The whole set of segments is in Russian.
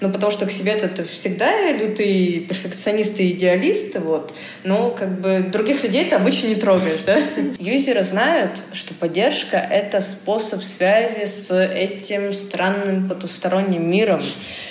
Ну, потому что к себе-то ты всегда лютый перфекционист и идеалист, вот, но как бы других людей ты обычно не трогаешь, да? Юзеры знают, что поддержка — это способ связи с этим странным потусторонним миром.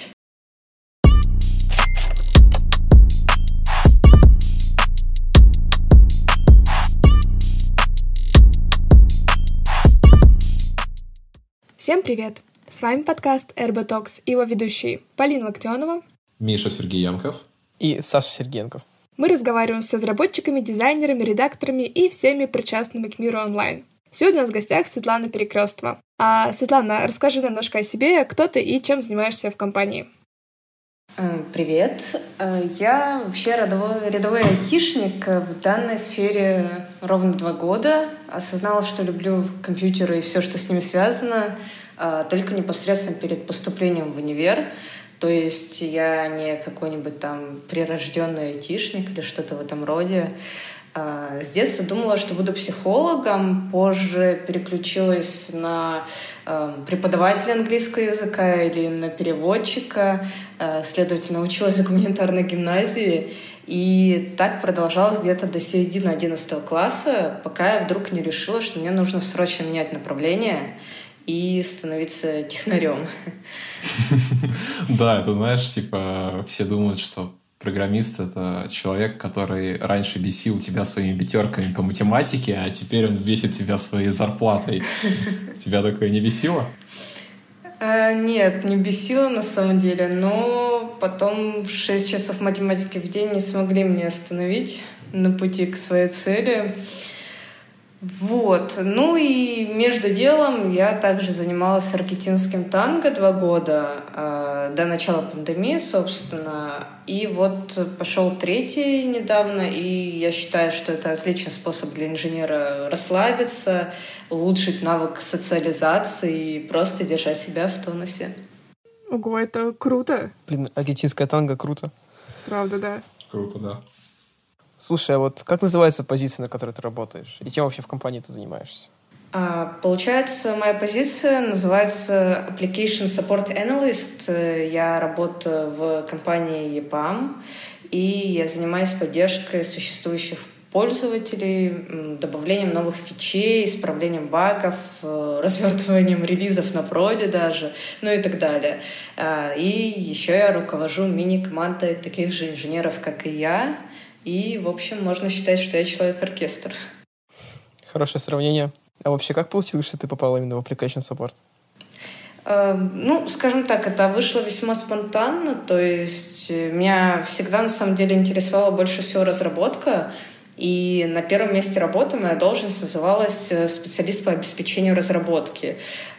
Всем привет! С вами подкаст РБ Talks и его ведущие Полина Локтионова, Миша Сергеенков и Саша Сергеенков. Мы разговариваем с разработчиками, дизайнерами, редакторами и всеми причастными к миру онлайн. Сегодня у нас в гостях Светлана Перекрестова. Светлана, расскажи немножко о себе, кто ты и чем занимаешься в компании. Привет. Я вообще рядовой айтишник в данной сфере ровно 2 года. Осознала, что люблю компьютеры и все, что с ними связано, только непосредственно перед поступлением в универ. То есть я не какой-нибудь там прирожденный айтишник или что-то в этом роде. С детства думала, что буду психологом, позже переключилась на преподавателя английского языка или на переводчика, следовательно, училась в гуманитарной гимназии. И так продолжалось где-то до середины 11 класса, пока я вдруг не решила, что мне нужно срочно менять направление и становиться технарем. Да, это знаешь, типа все думают, что программист — это человек, который раньше бесил тебя своими 5 по математике, а теперь он бесит тебя своей зарплатой. Тебя такое не бесило? Нет, не бесило на самом деле, но потом 6 часов математики в день не смогли меня остановить на пути к своей цели. Вот. Ну и между делом я также занималась аргентинским танго 2 года, до начала пандемии, собственно. И вот пошел 3-й недавно, и я считаю, что это отличный способ для инженера расслабиться, улучшить навык социализации и просто держать себя в тонусе. Ого, это круто. Блин, аргентинское танго круто. Правда, да. Круто, да. Слушай, а вот как называется позиция, на которой ты работаешь? И чем вообще в компании ты занимаешься? Получается, моя позиция называется Application Support Analyst. Я работаю в компании EPAM, и я занимаюсь поддержкой существующих пользователей, добавлением новых фичей, исправлением багов, развертыванием релизов на проде даже, ну и так далее. И еще я руковожу мини-командой таких же инженеров, как и я. И, в общем, можно считать, что я человек-оркестр. Хорошее сравнение. А вообще, как получилось, что ты попала именно в Application Support? Ну, скажем так, это вышло весьма спонтанно. То есть меня всегда, на самом деле, интересовала больше всего разработка. И на первом месте работы моя должность называлась специалист по обеспечению разработки,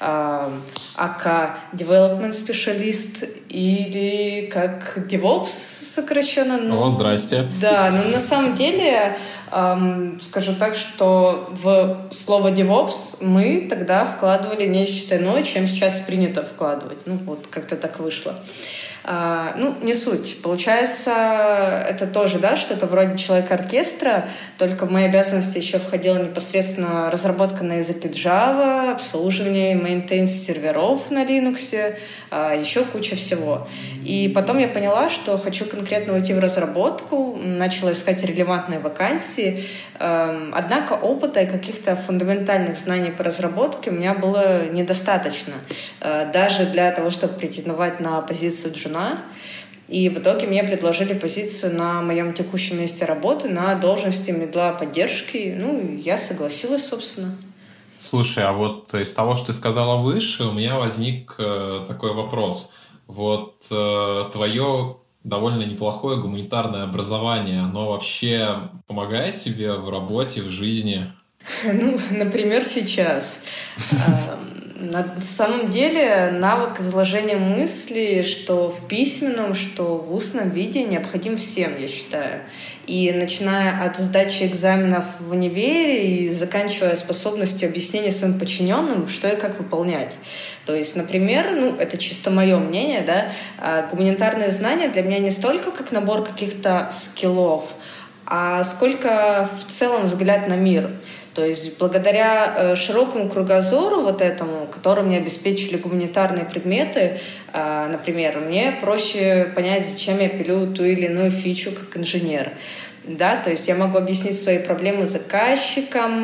АК Development Specialist или как DevOps сокращенно. О, здрасте. Да, но на самом деле, скажу так, что в слово DevOps мы тогда вкладывали нечто иное, чем сейчас принято вкладывать. Ну, вот как-то так вышло. Не суть. Получается, это тоже, да, что-то вроде человека-оркестра, только в мои обязанности еще входила непосредственно разработка на языке Java, обслуживание мейнтейнс серверов на Linux, еще куча всего. И потом я поняла, что хочу конкретно уйти в разработку, начала искать релевантные вакансии, однако опыта и каких-то фундаментальных знаний по разработке у меня было недостаточно, даже для того, чтобы претендовать на позицию джуна. И в итоге мне предложили позицию на моем текущем месте работы на должности медла поддержки. Ну, я согласилась, собственно. Слушай, а вот из того, что ты сказала выше, у меня возник такой вопрос. Вот твое довольно неплохое гуманитарное образование, оно вообще помогает тебе в работе, в жизни? Ну, например, сейчас. На самом деле навык изложения мыслей, что в письменном, что в устном виде, необходим всем, я считаю. И начиная от сдачи экзаменов в универе и заканчивая способностью объяснения своим подчиненным, что и как выполнять. То есть, например, это чисто мое мнение, да, гуманитарные знания для меня не столько как набор каких-то скиллов, а сколько в целом взгляд на мир. То есть благодаря широкому кругозору вот этому, которым мне обеспечили гуманитарные предметы, например, мне проще понять, зачем я пилю ту или иную фичу как инженер. Да, то есть я могу объяснить свои проблемы заказчикам,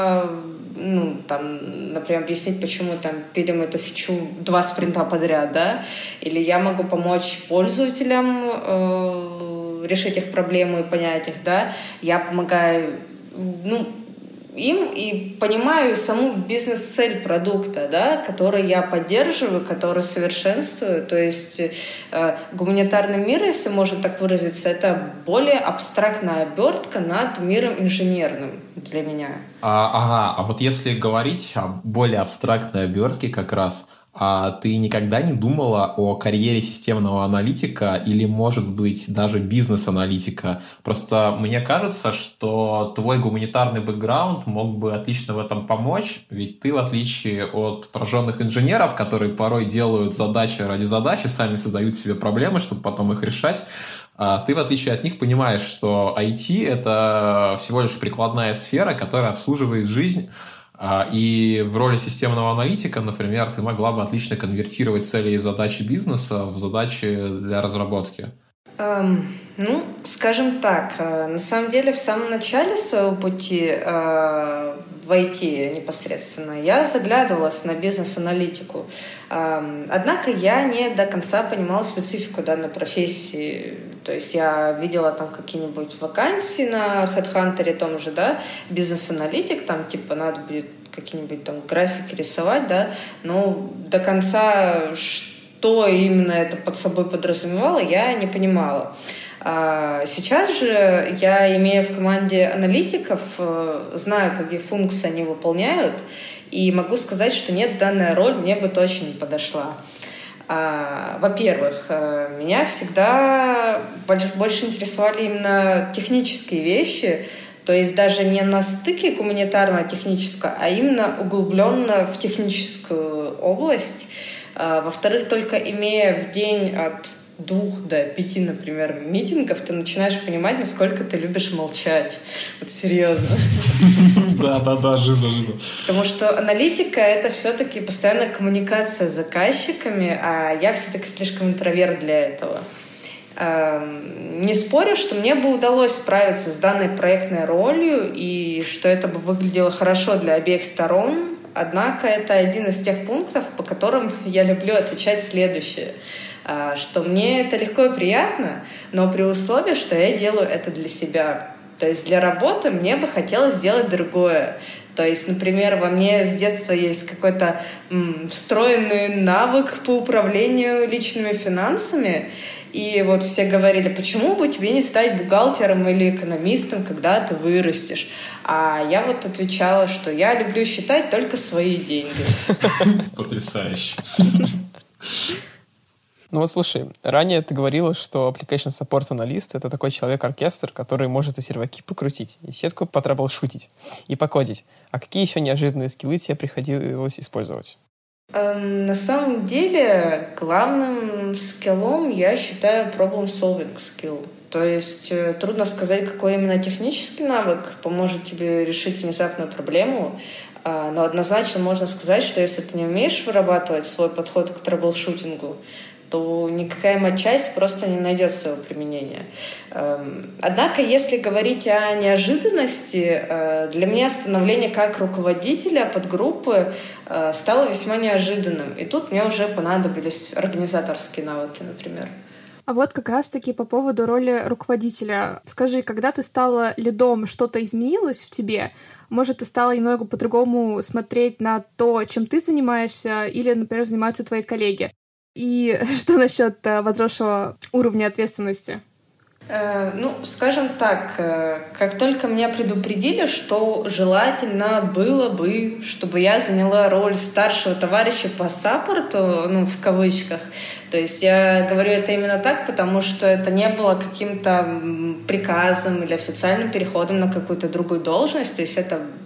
например, объяснить, почему пилим эту фичу 2 спринта подряд, да, или я могу помочь пользователям решить их проблемы и понять их, да, я помогаю, им и понимаю саму бизнес-цель продукта, да, который я поддерживаю, который совершенствую. То есть гуманитарный мир, если можно так выразиться, это более абстрактная обертка над миром инженерным для меня. А вот если говорить о более абстрактной обертке как раз, ты никогда не думала о карьере системного аналитика или, может быть, даже бизнес-аналитика? Просто мне кажется, что твой гуманитарный бэкграунд мог бы отлично в этом помочь, ведь ты, в отличие от прожженных инженеров, которые порой делают задачи ради задачи, сами создают себе проблемы, чтобы потом их решать, ты, в отличие от них, понимаешь, что IT — это всего лишь прикладная сфера, которая обслуживает жизнь. И в роли системного аналитика, например, ты могла бы отлично конвертировать цели и задачи бизнеса в задачи для разработки. Скажем так, на самом деле в самом начале своего пути в IT непосредственно я заглядывалась на бизнес-аналитику. Однако я не до конца понимала специфику данной профессии. То есть я видела какие-нибудь вакансии на HeadHunter том же, да, бизнес-аналитик, надо будет какие-нибудь графики рисовать, да, но до конца, что именно это под собой подразумевало, я не понимала. Сейчас же я, имея в команде аналитиков, знаю, какие функции они выполняют, и могу сказать, что нет, данная роль мне бы точно не подошла. Во-первых, меня всегда больше интересовали именно технические вещи, то есть даже не на стыке гуманитарно-технического, а именно углубленно в техническую область. Во-вторых, только имея в день от 2 до 5, например, митингов, ты начинаешь понимать, насколько ты любишь молчать. Вот серьезно. Да, жиза. Потому что аналитика — это все-таки постоянная коммуникация с заказчиками, а я все-таки слишком интроверт для этого. Не спорю, что мне бы удалось справиться с данной проектной ролью и что это бы выглядело хорошо для обеих сторон, однако это один из тех пунктов, по которым я люблю отвечать следующее, что мне это легко и приятно, но при условии, что я делаю это для себя. То есть для работы мне бы хотелось сделать другое. То есть, например, во мне с детства есть какой-то встроенный навык по управлению личными финансами. И вот все говорили, почему бы тебе не стать бухгалтером или экономистом, когда ты вырастешь? А я вот отвечала, что я люблю считать только свои деньги. Потрясающе. Слушай, ранее ты говорила, что application support аналист — это такой человек-оркестр, который может и серваки покрутить, и сетку потраблшутить, и покодить. А какие еще неожиданные скиллы тебе приходилось использовать? На самом деле главным скиллом я считаю problem-solving skill. То есть трудно сказать, какой именно технический навык поможет тебе решить внезапную проблему, но однозначно можно сказать, что если ты не умеешь вырабатывать свой подход к трэблшутингу, то никакая матчасть просто не найдет своего применения. Однако, если говорить о неожиданности, для меня становление как руководителя подгруппы стало весьма неожиданным. И тут мне уже понадобились организаторские навыки, например. А вот как раз-таки по поводу роли руководителя. Скажи, когда ты стала лидом, что-то изменилось в тебе? Может, ты стала немного по-другому смотреть на то, чем ты занимаешься, или, например, занимаются твои коллеги? И что насчет возросшего уровня ответственности? Скажем так, как только меня предупредили, что желательно было бы, чтобы я заняла роль старшего товарища по саппорту, в кавычках, то есть я говорю это именно так, потому что это не было каким-то приказом или официальным переходом на какую-то другую должность, то есть это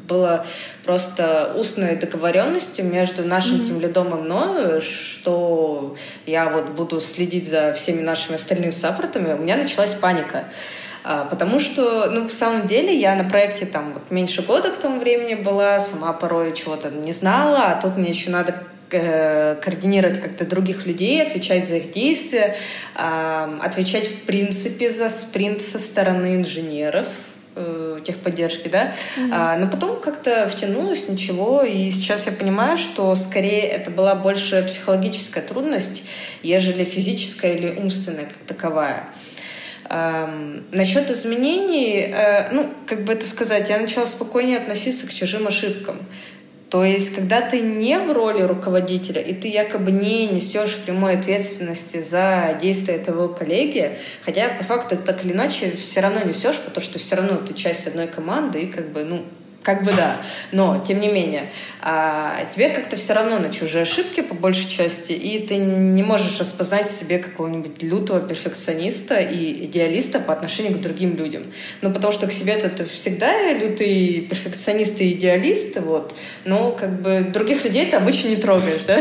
было просто устной договоренностью между нашим тимлидом и мной, что я вот буду следить за всеми нашими остальными саппортами. У меня началась паника. Потому что, в самом деле, я на проекте там меньше года к тому времени была, сама порой чего-то не знала, а тут мне еще надо координировать как-то других людей, отвечать за их действия, отвечать, в принципе, за спринт со стороны инженеров, техподдержки, да. Но потом как-то втянулась, ничего, и сейчас я понимаю, что скорее это была больше психологическая трудность, ежели физическая или умственная как таковая. Насчет изменений, как бы это сказать, я начала спокойнее относиться к чужим ошибкам. То есть, когда ты не в роли руководителя, и ты якобы не несешь прямой ответственности за действия твоего коллеги, хотя по факту так или иначе все равно несешь, потому что все равно ты часть одной команды, и да, но тем не менее, тебе как-то все равно на чужие ошибки по большей части, и ты не можешь распознать в себе какого-нибудь лютого перфекциониста и идеалиста по отношению к другим людям. Потому что к себе ты всегда лютый перфекционист и идеалист, но как бы других людей ты обычно не трогаешь, да?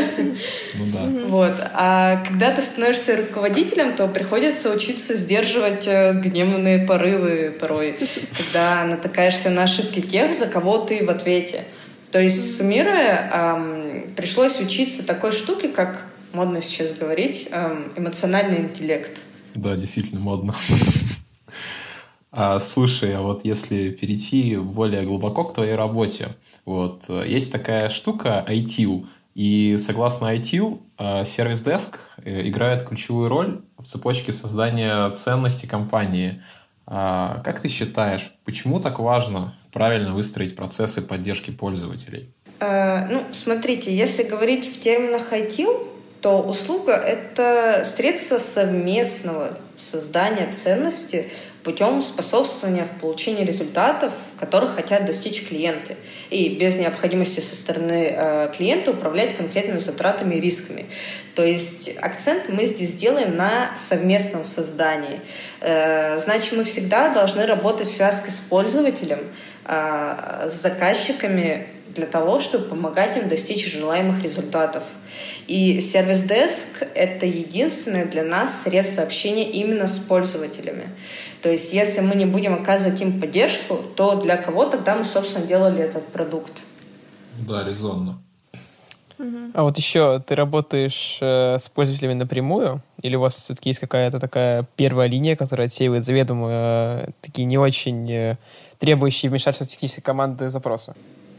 А когда ты становишься руководителем, то приходится учиться сдерживать гневные порывы порой, когда натыкаешься на ошибки тех, за кого ты в ответе. То есть, суммируя, пришлось учиться такой штуке, как, модно сейчас говорить, эмоциональный интеллект. Да, действительно модно. Слушай, а вот если перейти более глубоко к твоей работе, есть такая штука ITIL, и согласно ITIL, сервис-деск играет ключевую роль в цепочке создания ценности компании. Как ты считаешь, почему так важно правильно выстроить процессы поддержки пользователей? Смотрите, если говорить в терминах ITIL, то услуга — это средство совместного создания ценности путем способствования в получении результатов, которых хотят достичь клиенты, и без необходимости со стороны клиента управлять конкретными затратами и рисками. То есть акцент мы здесь делаем на совместном создании. Значит, мы всегда должны работать в связке с пользователем, с заказчиками, для того, чтобы помогать им достичь желаемых результатов. И сервис-деск — это единственное для нас средство общения именно с пользователями. То есть, если мы не будем оказывать им поддержку, то для кого тогда мы, собственно, делали этот продукт? Да, резонно. А вот еще ты работаешь с пользователями напрямую? Или у вас все-таки есть какая-то такая первая линия, которая отсеивает заведомо такие не очень требующие вмешательства технической команды запросы?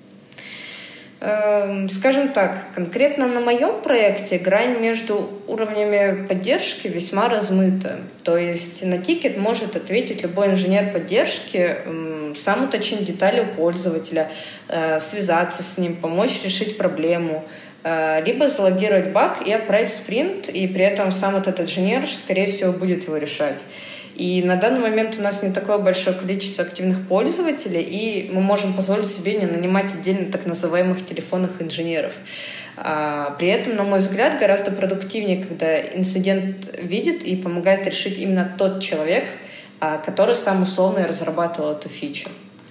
Скажем так, конкретно на моем проекте грань между уровнями поддержки весьма размыта. То есть на тикет может ответить любой инженер поддержки, сам уточнить детали у пользователя, связаться с ним, помочь решить проблему, либо залогировать баг и отправить спринт, и при этом сам этот инженер, скорее всего, будет его решать. И на данный момент у нас не такое большое количество активных пользователей, и мы можем позволить себе не нанимать отдельно так называемых телефонных инженеров. При этом, на мой взгляд, гораздо продуктивнее, когда инцидент видит и помогает решить именно тот человек, который сам условно и разрабатывал эту фичу.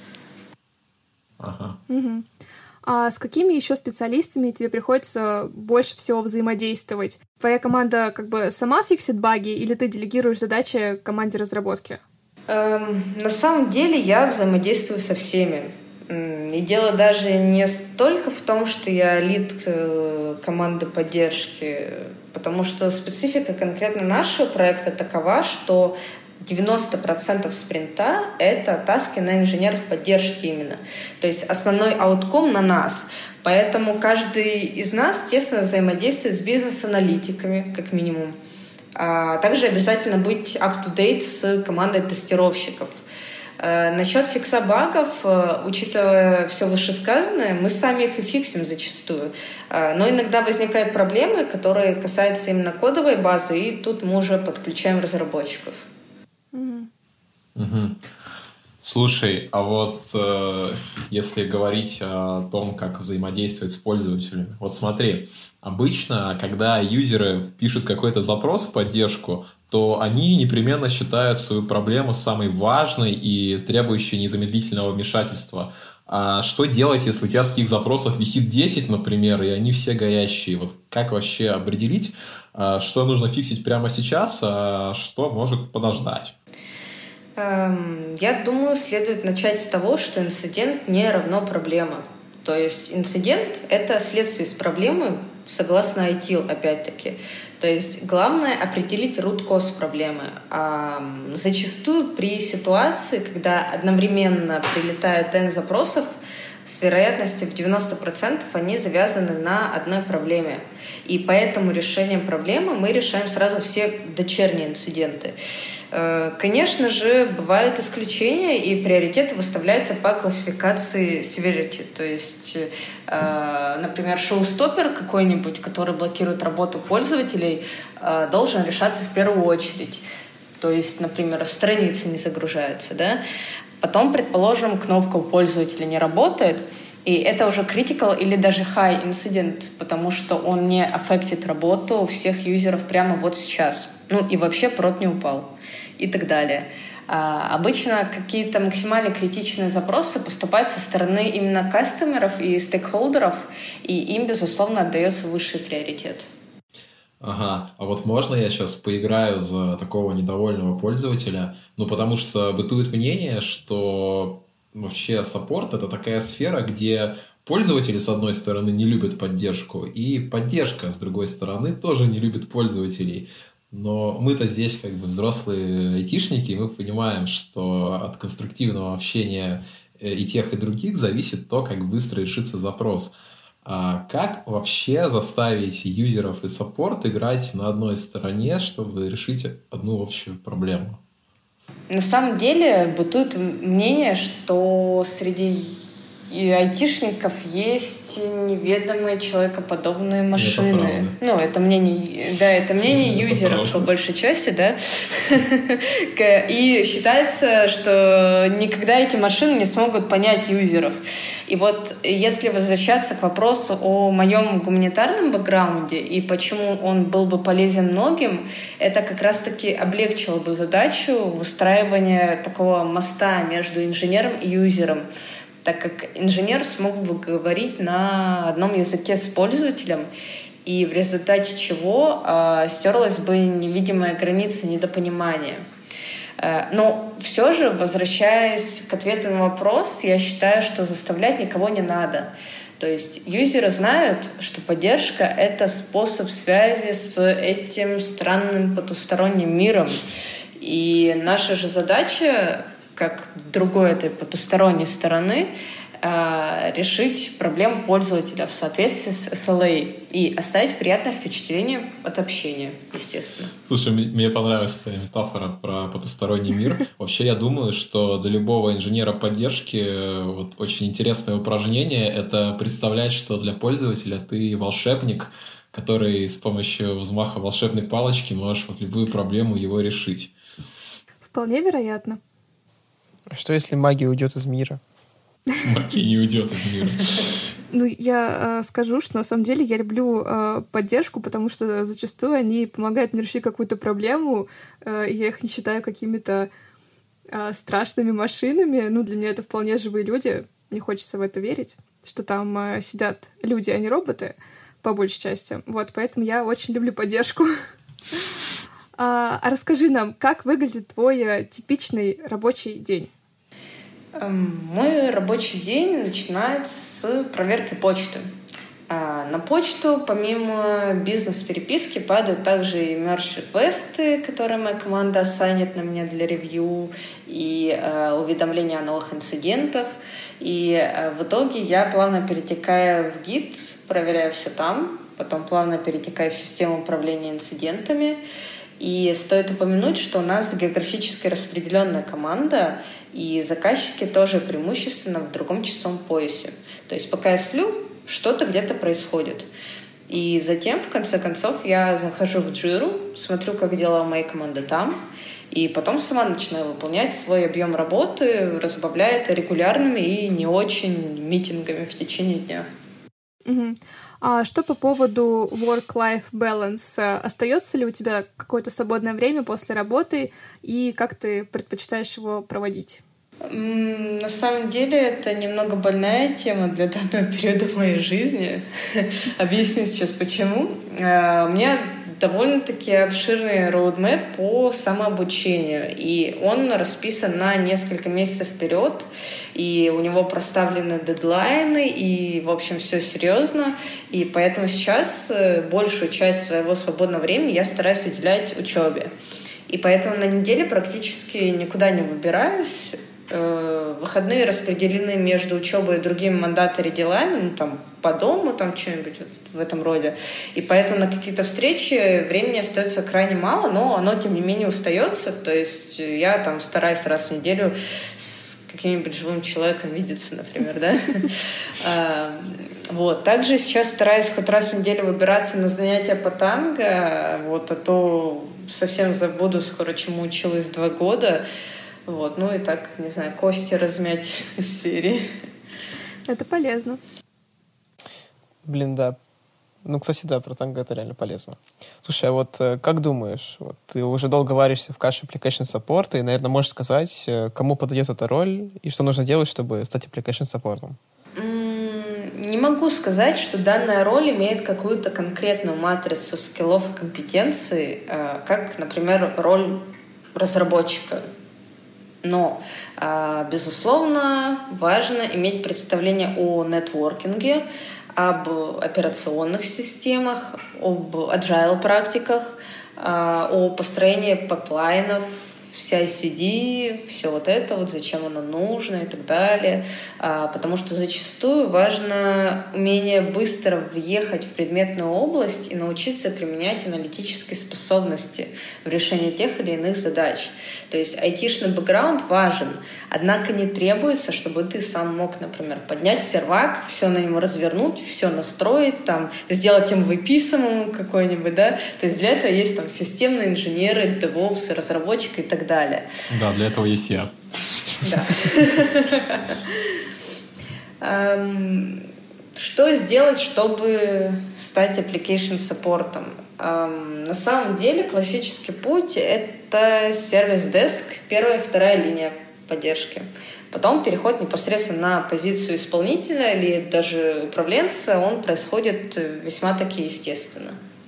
Ага. Угу. А с какими еще специалистами тебе приходится больше всего взаимодействовать? Твоя команда как бы сама фиксит баги, или ты делегируешь задачи команде разработки? На самом деле я взаимодействую со всеми. И дело даже не столько в том, что я лид команды поддержки, потому что специфика конкретно нашего проекта такова, что 90% спринта — это таски на инженерах поддержки именно. То есть основной аутком на нас. Поэтому каждый из нас тесно взаимодействует с бизнес-аналитиками, как минимум. А также обязательно быть up-to-date с командой тестировщиков. Насчет фикса багов, учитывая все вышесказанное, мы сами их и фиксим зачастую. Но иногда возникают проблемы, которые касаются именно кодовой базы, и тут мы уже подключаем разработчиков. Угу. Слушай, а вот если говорить о том, как взаимодействовать с пользователями, вот смотри, обычно, когда юзеры пишут какой-то запрос в поддержку, то они непременно считают свою проблему самой важной и требующей незамедлительного вмешательства. А что делать, если у тебя таких запросов висит 10, например, и они все горящие? Вот как вообще определить, что нужно фиксить прямо сейчас, а что может подождать? Я думаю, следует начать с того, что инцидент не равно проблема. То есть инцидент — это следствие из проблемы, согласно ITIL, опять-таки. То есть главное — определить root cause проблемы. Зачастую при ситуации, когда одновременно прилетают N запросов, с вероятностью в 90% они завязаны на одной проблеме. И поэтому решением проблемы мы решаем сразу все дочерние инциденты. Конечно же, бывают исключения, и приоритеты выставляются по классификации severity. То есть, например, шоу-стоппер какой-нибудь, который блокирует работу пользователей, должен решаться в первую очередь. То есть, например, страница не загружается, да? Потом, предположим, кнопка у пользователя не работает, и это уже critical или даже high incident, потому что он не аффектит работу всех юзеров прямо вот сейчас. Ну и вообще прод не упал и так далее. Обычно какие-то максимально критичные запросы поступают со стороны именно кастомеров и стейкхолдеров, и им, безусловно, отдается высший приоритет. Ага, а вот можно я сейчас поиграю за такого недовольного пользователя? Ну, потому что бытует мнение, что вообще саппорт — это такая сфера, где пользователи, с одной стороны, не любят поддержку, и поддержка, с другой стороны, тоже не любит пользователей. Но мы-то здесь как бы взрослые айтишники, и мы понимаем, что от конструктивного общения и тех, и других зависит то, как быстро решится запрос. А как вообще заставить юзеров и саппорт играть на одной стороне, чтобы решить одну общую проблему? На самом деле бытует мнение, что среди айтишников есть неведомые человекоподобные машины. Это мнение юзеров по большей части, да. И считается, что никогда эти машины не смогут понять юзеров. И вот если возвращаться к вопросу о моем гуманитарном бэкграунде и почему он был бы полезен многим, это как раз-таки облегчило бы задачу выстраивания такого моста между инженером и юзером, так как инженер смог бы говорить на одном языке с пользователем, и в результате чего стерлась бы невидимая граница недопонимания. Но все же, возвращаясь к ответу на вопрос, я считаю, что заставлять никого не надо. То есть юзеры знают, что поддержка — это способ связи с этим странным потусторонним миром. И наша же задача, как другой этой потусторонней стороны, решить проблему пользователя в соответствии с SLA и оставить приятное впечатление от общения, естественно. Слушай, мне понравилась твоя метафора про потусторонний мир. Вообще, я думаю, что для любого инженера поддержки вот очень интересное упражнение — это представлять, что для пользователя ты волшебник, который с помощью взмаха волшебной палочки можешь вот любую проблему его решить. Вполне вероятно. А что, если магия уйдет из мира? Магия не уйдет из мира. Ну, я скажу, что на самом деле я люблю поддержку, потому что зачастую они помогают мне решить какую-то проблему, я их не считаю какими-то страшными машинами. Ну, для меня это вполне живые люди. Мне хочется в это верить, что там сидят люди, а не роботы, по большей части. Вот, поэтому я очень люблю поддержку. А расскажи нам, как выглядит твой типичный рабочий день? Мой рабочий день начинается с проверки почты. На почту, помимо бизнес-переписки, падают также и мердж-реквесты, которые моя команда ассайнит на меня для ревью, и уведомления о новых инцидентах. И в итоге я плавно перетекаю в Git, проверяю все там, потом плавно перетекаю в систему управления инцидентами. И стоит упомянуть, что у нас географически распределенная команда, и заказчики тоже преимущественно в другом часовом поясе. То есть пока я сплю, что-то где-то происходит. И затем, в конце концов, я захожу в Jira, смотрю, как дела у моей команды там, и потом сама начинаю выполнять свой объем работы, разбавляя это регулярными и не очень митингами в течение дня. Угу. А что по поводу work-life balance? Остается ли у тебя какое-то свободное время после работы, и как ты предпочитаешь его проводить? На самом деле это немного больная тема для данного периода моей жизни. Объясню сейчас почему. У меня довольно-таки обширный роудмэп по самообучению, и он расписан на несколько месяцев вперед, и у него проставлены дедлайны, и, в общем, все серьезно, и поэтому сейчас большую часть своего свободного времени я стараюсь уделять учебе. И поэтому на неделе практически никуда не выбираюсь. Выходные распределены между учебой и другими мандатори делами, ну, там, по дому, там, что-нибудь вот в этом роде. И поэтому на какие-то встречи времени остается крайне мало, но оно, тем не менее, остается. То есть я там стараюсь раз в неделю с каким-нибудь живым человеком видеться, например, да. Вот. Также сейчас стараюсь хоть раз в неделю выбираться на занятия по танго, вот, а то совсем забуду скоро, чему училась 2 года. Вот, ну и так, не знаю, кости размять из серии. Это полезно. Блин, да. Ну, кстати, да, про танго это реально полезно. Слушай, а вот как думаешь, вот ты уже долго варишься в каше application support, и, наверное, можешь сказать, кому подойдет эта роль, и что нужно делать, чтобы стать application support? Не могу сказать, что данная роль имеет какую-то конкретную матрицу скиллов и компетенций, как, например, роль разработчика. Но, безусловно, важно иметь представление о нетворкинге, об операционных системах, об agile практиках, о построении пайплайнов, CI/CD, все вот это, вот зачем оно нужно и так далее. Потому что зачастую важно умение быстро въехать в предметную область и научиться применять аналитические способности в решении тех или иных задач. То есть айтишный бэкграунд важен, однако не требуется, чтобы ты сам мог, например, поднять сервак, все на него развернуть, все настроить, там, сделать MVP самому какой-нибудь, да. То есть для этого есть там системные инженеры, DevOps, разработчики и так далее. Да, для этого есть я. Да. Что сделать, чтобы стать application support'ом? На самом деле классический путь — это сервис-деск, 1-я и 2-я линия поддержки. Потом переход непосредственно на позицию исполнителя или даже управленца, он происходит весьма-таки естественно.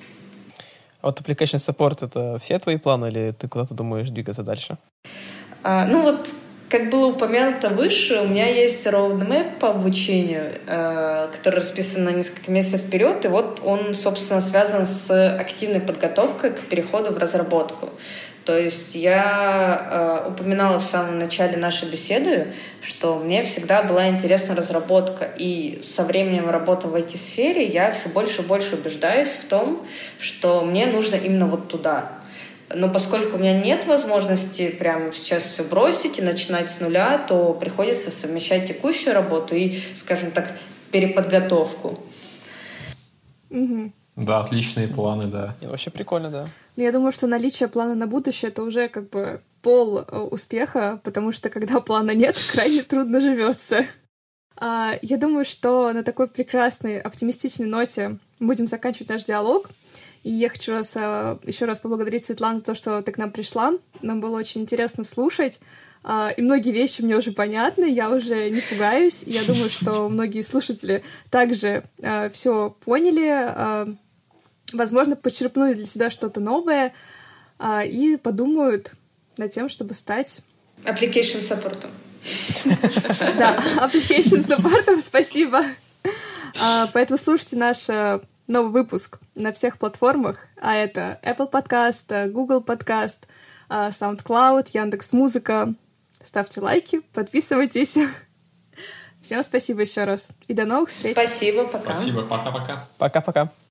А вот application support — это все твои планы, или ты куда-то думаешь двигаться дальше? Ну вот, как было упомянуто выше, у меня есть roadmap по обучению, который расписан на несколько месяцев вперед, и вот он, собственно, связан с активной подготовкой к переходу в разработку. То есть я упоминала в самом начале нашей беседы, что мне всегда была интересна разработка, и со временем работы в IT-сфере я все больше и больше убеждаюсь в том, что мне нужно именно вот туда. Но поскольку у меня нет возможности прямо сейчас все бросить и начинать с нуля, то приходится совмещать текущую работу и, скажем так, переподготовку. Угу. Да, отличные планы, да. Вообще прикольно, да. Я думаю, что наличие плана на будущее — это уже как бы пол успеха, потому что когда плана нет, крайне трудно живется. Я думаю, что на такой прекрасной, оптимистичной ноте будем заканчивать наш диалог. И я хочу еще раз поблагодарить Светлану за то, что ты к нам пришла. Нам было очень интересно слушать. И многие вещи мне уже понятны, я уже не пугаюсь. Я думаю, что многие слушатели также все поняли, возможно, почерпнули для себя что-то новое и подумают над тем, чтобы стать... Application support'ом. Да, application support'ом, спасибо. Поэтому слушайте наш новый выпуск на всех платформах, а это Apple Podcast, Google Podcast, SoundCloud, Яндекс.Музыка. Ставьте лайки, подписывайтесь. Всем спасибо еще раз. И до новых встреч. Спасибо, пока. Спасибо, пока-пока. Пока-пока.